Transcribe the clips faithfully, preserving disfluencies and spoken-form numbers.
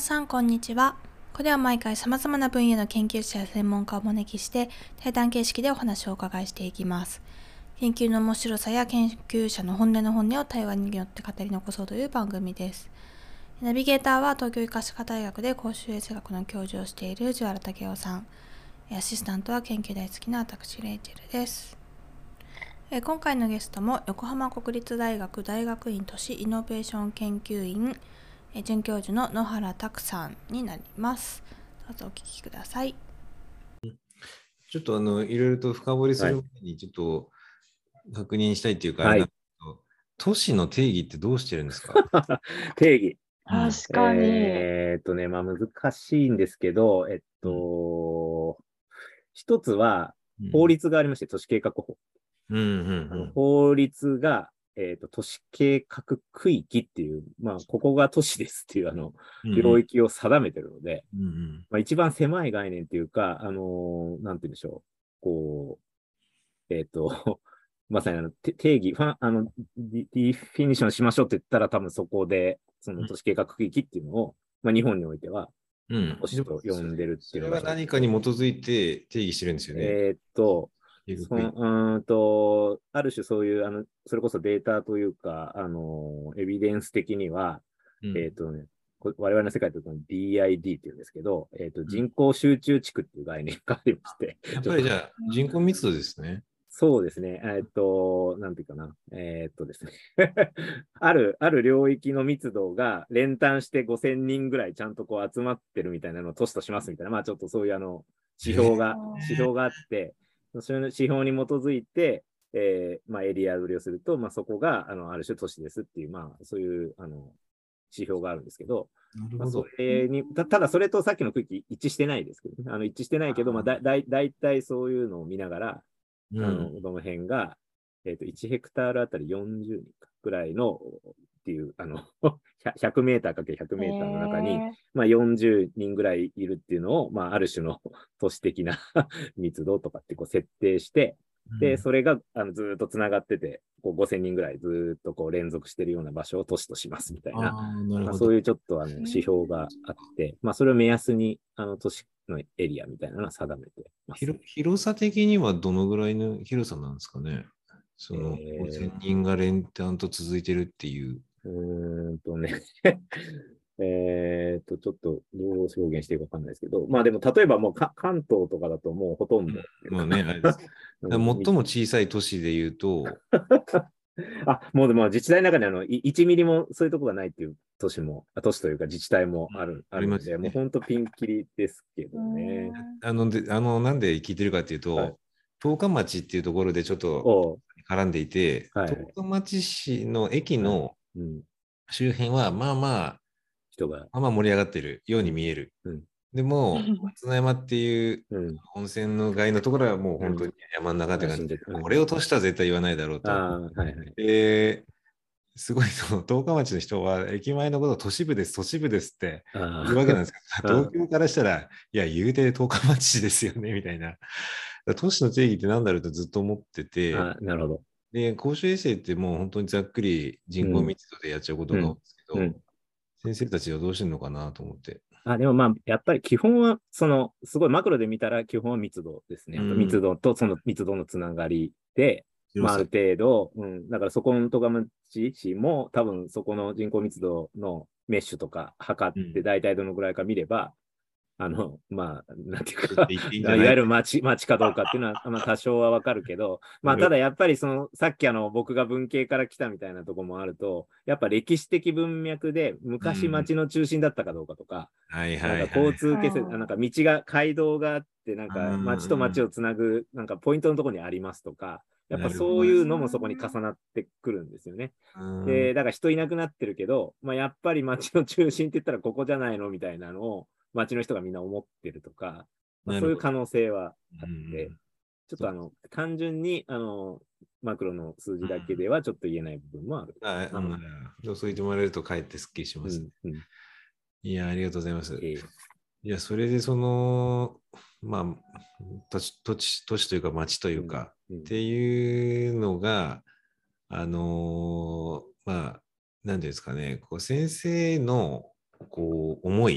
さんこんにちは。これは毎回様々な分野の研究者や専門家をお招きして対談形式でお話をお伺いしていきます。研究の面白さや研究者の本音の本音を対話によって語り残そうという番組です。ナビゲーターは東京医科歯科大学で公衆衛生学の教授をしている藤原武雄さん。アシスタントは研究大好きな私レイチェルです。今回のゲストも横浜国立大学大学院都市イノベーション研究院准教授の野原拓さんになります。どうぞお聞きください。 ちょっとあのいろいろと深掘りする前にちょっと確認したいというか、はい、あれなんですけど、都市の定義ってどうしてるんですか？ 定義。 確かに。 えー、っとね、まあ難しいんですけど、えっと、うん、一つは法律がありまして、都市計画法。 うんうんうん、 法律が、えー、っと都市計画区域っていう、まあここが都市ですっていうあの、うんうん、領域を定めてるので、うんうんまあ、一番狭い概念っていうか、あのー、なんて言うんでしょう。こう、えー、っと、まさにあの定義、ファンあのディフィニッションしましょうって言ったら多分そこで、その都市計画区域っていうのを、まあ、日本においては、都市と呼んでるっていうのが、 それは何かに基づいて定義してるんですよね。 えー、っと、そのうんと、ある種そういう、あの、それこそデータというか、あの、エビデンス的には、うん、えー、っとね、我々の世界で言うと ディーアイディー っていうんですけど、えー、っと人口集中地区っていう概念がありまして。 やっぱりじゃあ人口密度ですね。 そうですね。えっと、なんていうかな。えー、っとですね。ある、ある領域の密度が連単してごせんにんぐらいちゃんとこう集まってるみたいなのを都市としますみたいな。まあちょっとそういうあの、指標が、指標があって、その指標に基づいて、えー、まあエリア取りをすると、まあそこが、あの、ある種都市ですっていう、まあそういう、あの、指標があるんですけど、 なるほど。 まあ、それにた、ただそれとさっきの区域一致してないですけど、ね、あの一致してないけど、まあだ、だい、だいたいそういうのを見ながら、あの、どの辺が、えっと、いちヘクタールあたりよんじゅうにんくらいの、っていう、あの、ひゃくメーターかけひゃくメーターの中に、まあよんじゅうにんぐらいいるっていうのを、まあある種の都市的な密度とかってこう設定して、で、それがあのずっとつながってて、こうごせんにんぐらいずっとこう連続しているような場所を都市としますみたいな、あまあ、そういうちょっとあの指標があって、まあそれを目安にあの都市のエリアみたいなのを定めてます。 広, 広さ的にはどのぐらいの広さなんですかね？そのごせんにんが連単と続いてるっていう。 うーんとねえっと、ちょっとどう表現していいかわかんないですけど、まあでも例えばもう関東とかだともうほとんど。 うん、まあね、あれです。最も小さい都市で言うと、 あ、もうでも自治体の中にあのいちミリもそういうとこがないっていう都市も、都市というか自治体もある、うん、あるので、ね、もう本当ピンキリですけどね。 あの、で、あの、なんで聞いてるかっていうと、はい、十日町っていうところでちょっと絡んでいて、はい、十日町市の駅の周辺は、まあまあ、 人が、 まあまあ盛り上がってるように見える。うん、でも、松山っていう温泉の街のところはもう本当に山の中って感じで、うん、これを都市とは絶対言わないだろうと。 はいはい、 ですごいその十日町の人は駅前のことを都市部です、都市部ですって言うわけなんですけど、東京からしたら、いや、言うて十日町市ですよね、みたいな。都市の定義って何だろうとずっと思ってて、 あなるほど。 で、公衆衛生ってもう本当にざっくり人口密度でやっちゃうことが多いんですけど、うんうん、先生たちはどうしてるのかなと思って。 あでもまあ、やっぱり基本は、その、すごいマクロで見たら基本は密度ですね。うん、密度とその密度のつながりで、まあ、ある程度、うん、だからそこの十日町市も多分そこの人口密度のメッシュとか測って大体どのぐらいか見れば、うん、あの、まあ、なんていうか、い, い, いわゆる町、町かどうかっていうのは、まあ多少はわかるけど、まあただやっぱりその、さっきあの、僕が文系から来たみたいなところもあると、やっぱ歴史的文脈で昔町の中心だったかどうかとか、交通形成、なんか道が、街道があって、なんか町と町をつなぐ、なんかポイントのところにありますとか、やっぱそういうのもそこに重なってくるんですよね。で、だから人いなくなってるけど、まあやっぱり町の中心って言ったらここじゃないのみたいなのを、町の人がみんな思ってるとか、まあ、そういう可能性はあって、ちょっとあの、単純に、あの、マクロの数字だけではちょっと言えない部分もある。 ああ、うん、そう言ってもらえるとかえってすっきりします、ねうんうん。いや、ありがとうございます。えー、いや、それでその、まあ、土地、土地、土地というか町というか、うんうん、っていうのが、あのー、まあ、なんていうんですかね、こう先生のこう思い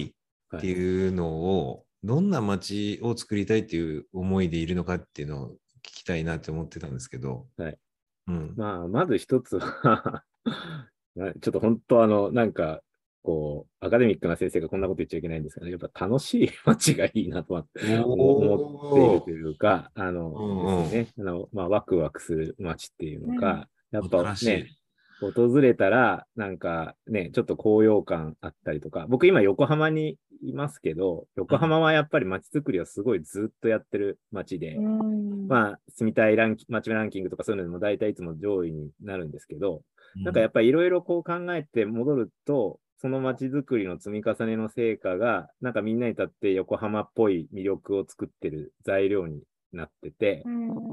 っていうのを、どんな街を作りたいっていう思いでいるのかっていうのを聞きたいなって思ってたんですけど。 はい。 うん、 まあ、まず一つはちょっと本当あの、なんか、こう、アカデミックな先生がこんなこと言っちゃいけないんですけど、やっぱ楽しい街がいいなと思っているというか、あの、 うんうん、 ですね。あの、まあ、ワクワクする街っていうのが、うん、やっぱね、訪れたら、なんかね、ちょっと高揚感あったりとか、僕今横浜にいますけど、横浜はやっぱり街づくりをすごいずっとやってる街で、うん、まあ、住みたいランキ街ランキングとかそういうのでも大体いつも上位になるんですけど、うん、なんかやっぱりいろいろこう考えて戻ると、その街づくりの積み重ねの成果が、なんかみんなにとって横浜っぽい魅力を作ってる材料になってて、うん、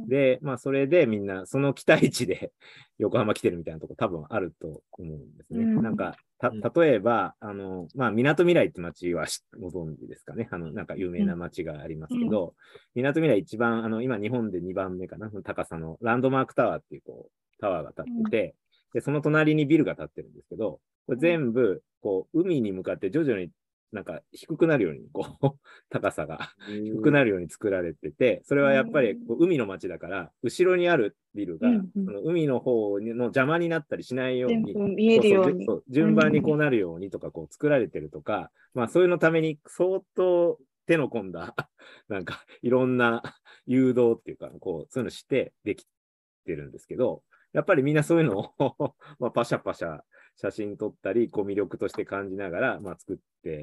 で、まあそれでみんなその期待値で横浜来てるみたいなとこ多分あると思うんですね。うん、なんか、た、例えば、あの、まあ、みなとみらいって街はご存知ですかね。あの、なんか有名な街がありますけど、みなとみらい一番、あの、今日本でにばんめかな、高さのランドマークタワーっていうこう、タワーが立ってて、で、その隣にビルが建ってるんですけど、これ全部、こう、海に向かって徐々になんか低くなるように、こう、高さが低くなるように作られてて、それはやっぱりこう海の街だから、後ろにあるビルが、うんうん、その海の方の邪魔になったりしないように、 見えるようにそうそう順番にこうなるようにとか、こう作られてるとか、うん、まあそういうのために相当手の込んだ、なんかいろんな誘導っていうか、こう、そういうのしてできてるんですけど、やっぱりみんなそういうのをまあパシャパシャ写真撮ったり、こう魅力として感じながら、まあ、作って、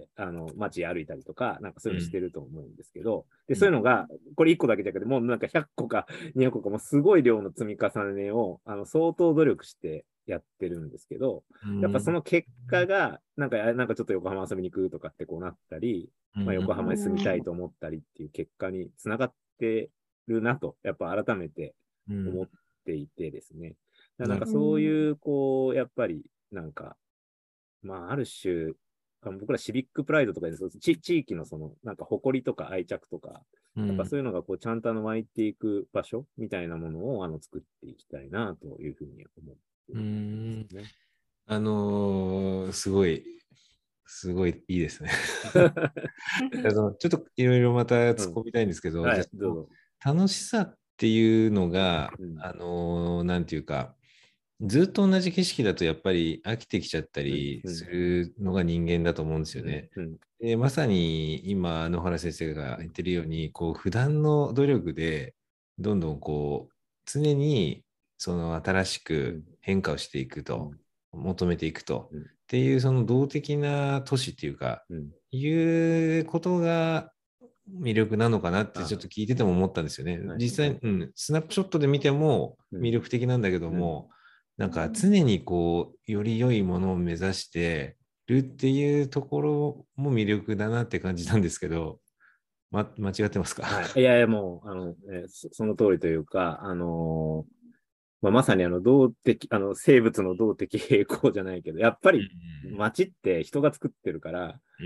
あの、街歩いたりとか、なんかそういうのしてると思うんですけど、うん、で、そういうのが、これいっこだけじゃなくて、もうなんかひゃっこかにひゃっこかもすごい量の積み重ねを、あの、相当努力してやってるんですけど、うん、やっぱその結果が、なんか、なんかちょっと横浜遊びに行くとかってこうなったり、うん、まあ、横浜に住みたいと思ったりっていう結果につながってるなと、やっぱ改めて思っていてですね。なんかそういう、こう、やっぱり、なんか、まあ、ある種、僕らシビックプライドとかで、地域のその、なんか誇りとか愛着とか、うん、やっぱそういうのがこうちゃんとあの湧いていく場所みたいなものをあの作っていきたいなというふうに思っていますね。 あのー、すごい、すごいいいですね。あのちょっといろいろまた突っ込みたいんですけど、うんはい、どうぞ楽しさっていうのが、うん、あのー、なんていうか、ずっと同じ景色だとやっぱり飽きてきちゃったりするのが人間だと思うんですよね。うんうん、でまさに今野原先生が言ってるようにこう普段の努力でどんどんこう常にその新しく変化をしていくと、うん、求めていくと、うん、っていうその動的な都市っていうか、うん、いうことが魅力なのかなってちょっと聞いてても思ったんですよね。実際、うん、スナップショットで見ても魅力的なんだけども、なんか常にこう、より良いものを目指してるっていうところも魅力だなって感じなんですけど、ま、間違ってますか？ はい、いやいや、もう、あの、えー、そ, その通りというか、あのー、まあ、まさにあの、動的、あの、生物の動的平衡じゃないけど、やっぱり街って人が作ってるから、うん、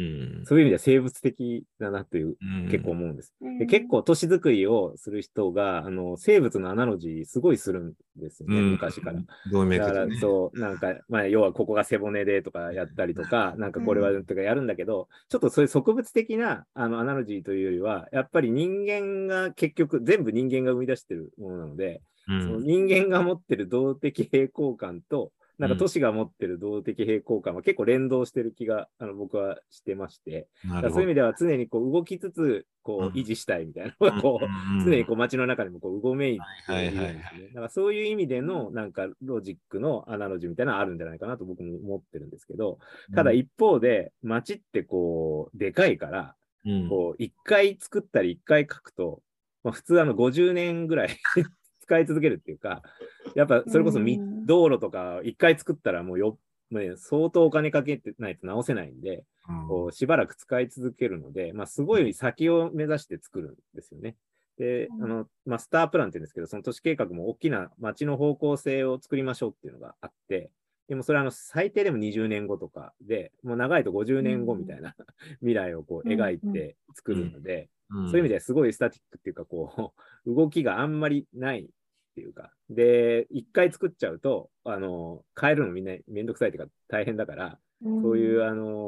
そういう意味では生物的だなという、うん、結構思うんです。で結構都市づくりをする人が、あの、生物のアナロジーすごいするんですよね、うん、昔から。 動脈だから、そう、なんか、まあ、要はここが背骨でとかやったりとか、なんかこれはとかやるんだけど、ちょっとそういう植物的なあのアナロジーというよりは、やっぱり人間が結局、全部人間が生み出してるものなので、うん、その人間が持ってる動的平衡感と、なんか都市が持ってる動的平衡感は結構連動してる気があの僕はしてまして、そういう意味では常にこう動きつつこう維持したいみたいなのがこう常にこう街の中でもこううごめいているんですね。だからそういう意味でのなんかロジックのアナロジーみたいなのがあるんじゃないかなと僕も思ってるんですけど、ただ一方で街ってこうでかいから、こう一回作ったり一回書くと、まあ、普通あのごじゅうねんぐらい使い続けるっていうか、やっぱそれこそ道路とか一回作ったらもうよ、ね、相当お金かけてないと直せないんで、うん、こうしばらく使い続けるので、まあ、すごい先を目指して作るんですよね。で、あの、まあ、スタープランって言うんですけど、その都市計画も大きな街の方向性を作りましょうっていうのがあって、でもそれはあの最低でもにじゅうねんごとかで、もう長いとごじゅうねんごみたいな、うん、未来をこう描いて作るので、うんうん、そういう意味ですごいスタティックっていうか、こう、動きがあんまりないっていうか、で、一回作っちゃうと、あの、変えるのみんなめんどくさいというか大変だから、うん、そういう、あの、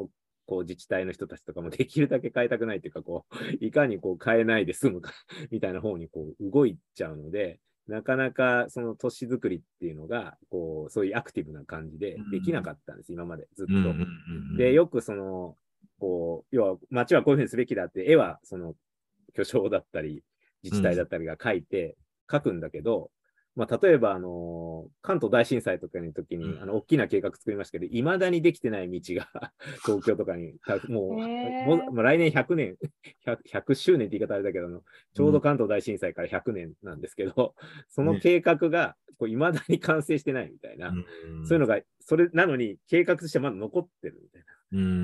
こう自治体の人たちとかもできるだけ変えたくないというか、こういかにこう変えないで済むかみたいな方にこう動いちゃうので、なかなかその都市づくりっていうのがこうそういうアクティブな感じでできなかったんです、うん、今までずっと。うんうんうんうん、でよくそのこう要は街はこういうふうにすべきだって絵はその巨匠だったり自治体だったりが描いて描くんだけど、まあ、例えば、あのー、関東大震災とかの時に、あの、大きな計画作りましたけど、いまだにできてない道が、東京とかに、もう、もう来年ひゃくねんひゃく、ひゃくしゅうねんって言い方あれだけど、ちょうど関東大震災からひゃくねんなんですけど、その計画が、いまだに完成してないみたいな、うん、そういうのが、それなのに、計画としてまだ残ってるみたいな、うん、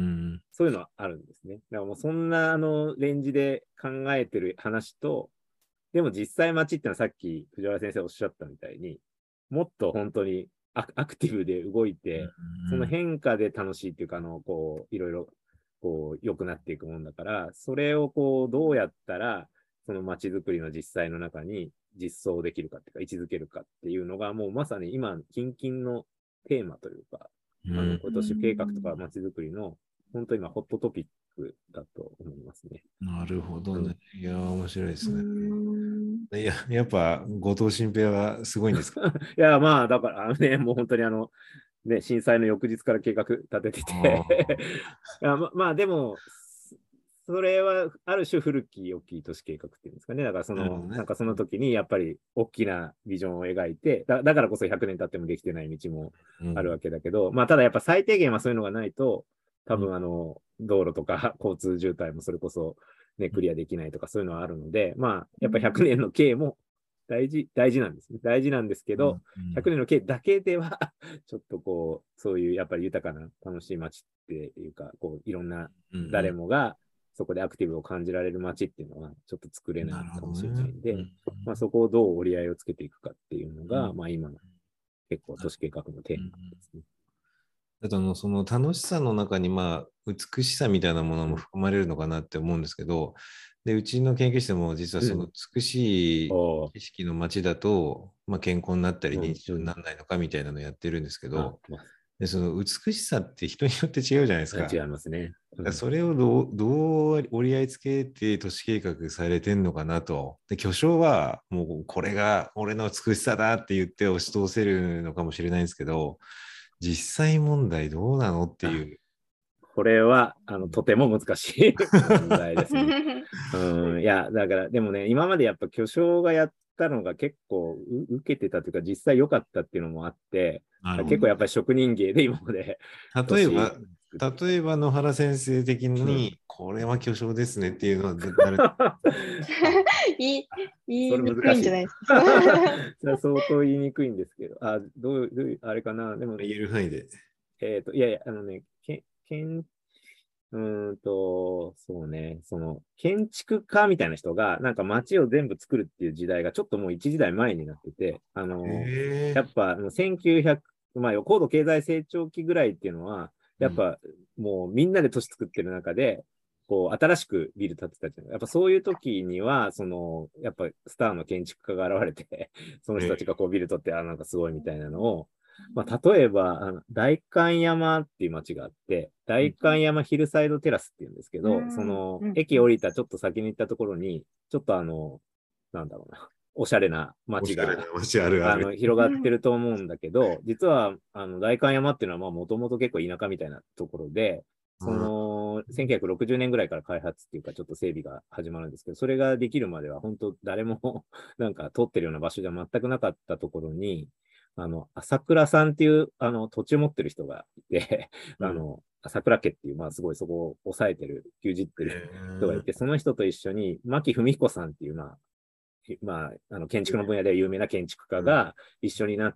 そういうのはあるんですね。だからもう、そんな、あの、レンジで考えてる話と、でも実際街ってのはさっき藤原先生おっしゃったみたいに、もっと本当にアクティブで動いて、うん、その変化で楽しいっていうか、あの、こう、いろいろ、こう、良くなっていくもんだから、それをこう、どうやったら、その街づくりの実際の中に実装できるかっていうか、位置づけるかっていうのが、もうまさに今、近々のテーマというか、うん、あの、今年計画とか街づくりの、本当に今、ホットトピックだと思いますね。 なるほどね。うん、いや、面白いですね。いや、やっぱ、後藤新平はすごいんですか？ いや、まあ、だから、あのね、もう本当にあの、ね、震災の翌日から計画立ててていやま、まあ、でも、それはある種古き良き都市計画っていうんですかね。だからその、ね、なんかその時にやっぱり大きなビジョンを描いて、だ, だからこそひゃくねん経ってもできてない道もあるわけだけど、うん、まあ、ただやっぱ最低限はそういうのがないと、多分あの、うん、道路とか交通渋滞もそれこそね、クリアできないとかそういうのはあるので、まあ、やっぱひゃくねんの計も大事、大事なんですね。大事なんですけど、うん、ひゃくねんの計だけでは、ちょっとこう、そういうやっぱり豊かな楽しい街っていうか、こう、いろんな誰もがそこでアクティブを感じられる街っていうのはちょっと作れないかもしれないんで、ね、うん、まあ、そこをどう折り合いをつけていくかっていうのが、うん、まあ今、結構都市計画のテーマですね。 あとのその楽しさの中にまあ美しさみたいなものも含まれるのかなって思うんですけど、でうちの研究室でも実はその美しい景色の街だと、うん、まあ、健康になったり認知症にならないのかみたいなのをやってるんですけど、うんうん、でその美しさって人によって違うじゃないですか。 違いますね。 うん、それをどう、どう折り合いつけて都市計画されてんのかなと。で巨匠はもうこれが俺の美しさだって言って押し通せるのかもしれないんですけど、実際問題どうなのっていう。 これはあのとても難しい問題ですね。うん、いや、だから、でもね、今までやっぱ巨匠がやったのが結構受けてたというか、実際良かったっていうのもあって、結構やっぱり職人芸で今まで。 例えば、例えば野原先生的に、うん、これは巨匠ですねっていうのは誰言いにくいんじゃないですか。相当言いにくいんですけど、あ、どういう、あれかな、でも、 言える範囲で。 えっ、ー、と、いやいや、あのね、けけんうんと、そうね、その、建築家みたいな人が、なんか街を全部作るっていう時代がちょっともう一時代前になってて、あの、やっぱせんきゅうひゃく、まあ、高度経済成長期ぐらいっていうのは、やっぱもうみんなで都市作ってる中で、こう、新しくビル建てたじゃない。やっぱそういう時には、その、やっぱスターの建築家が現れて、その人たちがこうビル取って、あ、なんかすごいみたいなのを、まあ、例えば、あの代官山っていう町があって、代官山ヒルサイドテラスっていうんですけど、うん、その、駅降りたちょっと先に行ったところに、ちょっとあの、なんだろうな、おしゃれな町があの広がってると思うんだけど、実は、あの、代官山っていうのは、まあ、もともと結構田舎みたいなところで、その、せんきゅうひゃくろくじゅうねんぐらいから開発っていうか、ちょっと整備が始まるんですけど、それができるまでは、本当誰もなんか通ってるような場所じゃ全くなかったところに、あの、朝倉さんっていう、あの、土地を持ってる人がいて、うん、あの、朝倉家っていう、まあ、すごいそこを抑えてる、牛耳ってる人がいて、その人と一緒に、牧文彦さんっていう、まあ、まあ、あの、建築の分野で有名な建築家が一緒になって、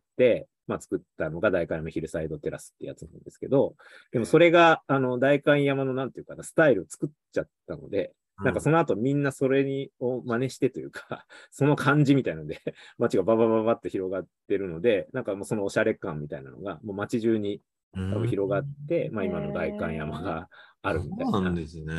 まあ、作ったのが代官山ヒルサイドテラスってやつなんですけど、でもそれが、あの、代官山のなんていうかな、スタイルを作っちゃったので、なんかその後みんなそれにを真似してというか、その感じみたいなので、街がババババって広がってるので、なんかもうそのおしゃれ感みたいなのが、もう街中に多分広がって、まあ今の代官山があるみたいな。 そうなんですね。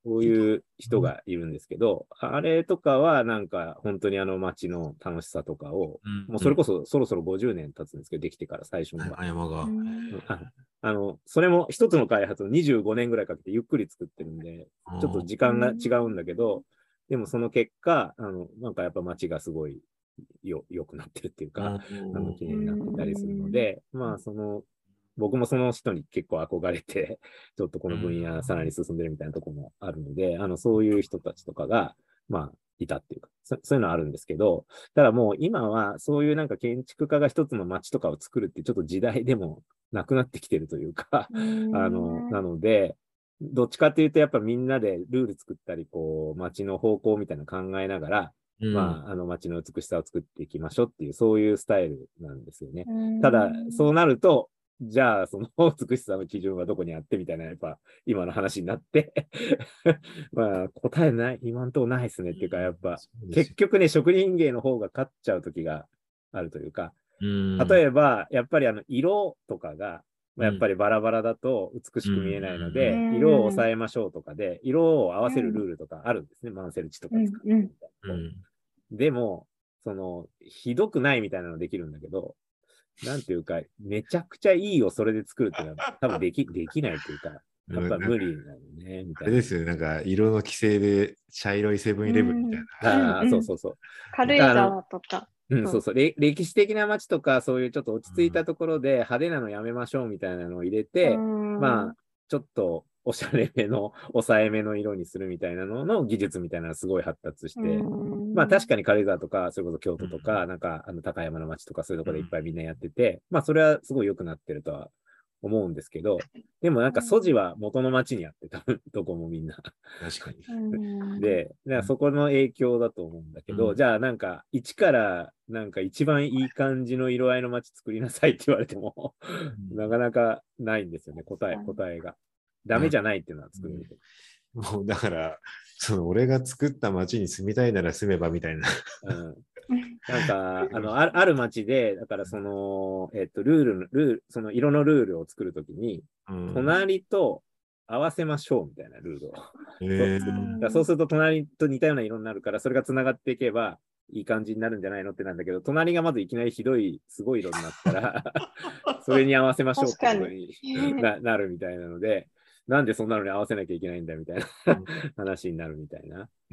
そういう人がいるんですけど、あれとかはなんか本当にあの街の楽しさとかを、うん、もうそれこそそろそろごじゅうねん経つんですけど、できてから最初のは。 山が。 あの、それも一つの開発をにじゅうごねんぐらいかけてゆっくり作ってるんで、ちょっと時間が違うんだけど、でもその結果、あの、なんかやっぱ街がすごいよ、良くなってるっていうか、あの、綺麗になってたりするので、まあその、僕もその人に結構憧れて、ちょっとこの分野さらに進んでるみたいなところもあるので、あの、そういう人たちとかが、まあ、いたっていうかそ、そういうのはあるんですけど、ただもう今はそういうなんか建築家が一つの街とかを作るってちょっと時代でもなくなってきてるというか、あの、なので、どっちかっていうとやっぱみんなでルール作ったり、こう、街の方向みたいなの考えながら、うん、まあ、あの街の美しさを作っていきましょうっていう、そういうスタイルなんですよね。ただ、そうなると、じゃあ、その美しさの基準はどこにあってみたいな、やっぱ今の話になってまあ、答えない、今んとこないですねっていうか、やっぱ、結局ね、職人芸の方が勝っちゃう時があるというか、例えば、やっぱりあの、色とかが、やっぱりバラバラだと美しく見えないので、色を抑えましょうとかで、色を合わせるルールとかあるんですね、マンセル値とか使ってみたいな。でも、その、ひどくないみたいなのできるんだけど、なんていうか、めちゃくちゃいいをそれで作るっていうのは多分でき、できないというか、やっぱ無理なのね、みたいな。 あれですよね、なんか色の規制で茶色いセブンイレブンみたいな。ああ、そうそうそう。 軽井沢とか。 うん、そうそう。歴史的な街とか、そういうちょっと落ち着いたところで派手なのやめましょうみたいなのを入れて、まあ、ちょっとおしゃれめの、抑えめの色にするみたいなのの技術みたいなのがすごい発達して、まあ確かに軽井沢とか、それこそ京都とか、なんかあの高山の街とかそういうところでいっぱいみんなやってて、まあそれはすごい良くなってるとは思うんですけど、でもなんか素地は元の街にあって、多分どこもみんな。 確かに。で、そこの影響だと思うんだけど、うん、じゃあなんか一からなんか一番いい感じの色合いの街作りなさいって言われても、うん、なかなかないんですよね、答え、答えが。ダメじゃないっていうのは作れる。 うん、もうだから、その俺が作った街に住みたいなら住めばみたいな。 うんなんか、あの、ある町で、だからその、えっと、ルール、ルール、その色のルールを作るときに、うん、隣と合わせましょうみたいなルールを。えー、そう、そうすると隣と似たような色になるから、それが繋がっていけばいい感じになるんじゃないのってなんだけど、隣がまずいきなりひどい、すごい色になったら、それに合わせましょうってことに な, なるみたいなので、なんでそんなのに合わせなきゃいけないんだみたいな話になるみたいな。うん、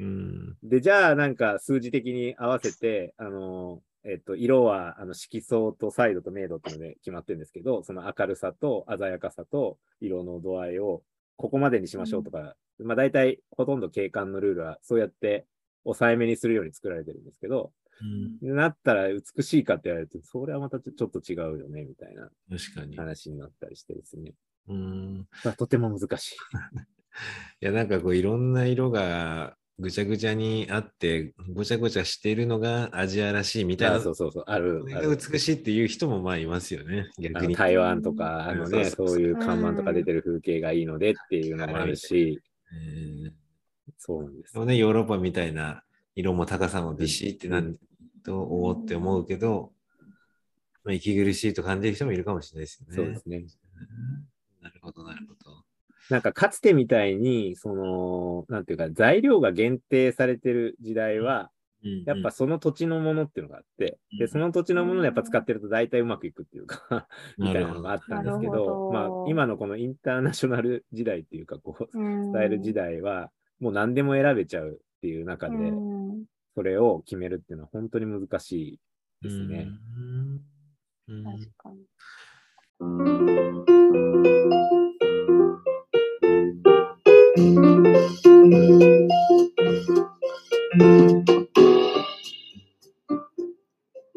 で、じゃあなんか数字的に合わせて、あの、えっと、色はあの色相と彩度と明度っていうので決まってるんですけど、その明るさと鮮やかさと色の度合いをここまでにしましょうとか、うん、まあ大体ほとんど景観のルールはそうやって抑えめにするように作られてるんですけど、うん、なったら美しいかって言われると、それはまたちょっと違うよねみたいな話になったりしてですね。うん、まあ、とても難しい。いや、なんかこういろんな色がぐちゃぐちゃにあって、ごちゃごちゃしているのがアジアらしいみたいな。 そうそうそう。ある。 これが美しいっていう人もまあいますよね。逆に。 台湾とか、あのね、そういう看板とか出てる風景がいいのでっていうのもあるし。うん、そうなんです、 ね。ヨーロッパみたいな色も高さもビシってなると、おおって思うけど、まあ、息苦しいと感じる人もいるかもしれないですよね。 そうですね。 なるほど、なるほど。 なんかかつてみたいに、その、なんていうか、材料が限定されてる時代は、うんうん、やっぱその土地のものっていうのがあって、うん、で、その土地のものをやっぱ使ってると大体うまくいくっていうか、みたいなのがあったんですけど、どまあ、今のこのインターナショナル時代っていうか、こう、スタイル時代は、もう何でも選べちゃうっていう中で、それを決めるっていうのは本当に難しいですね。 うん、確かに。Thank you.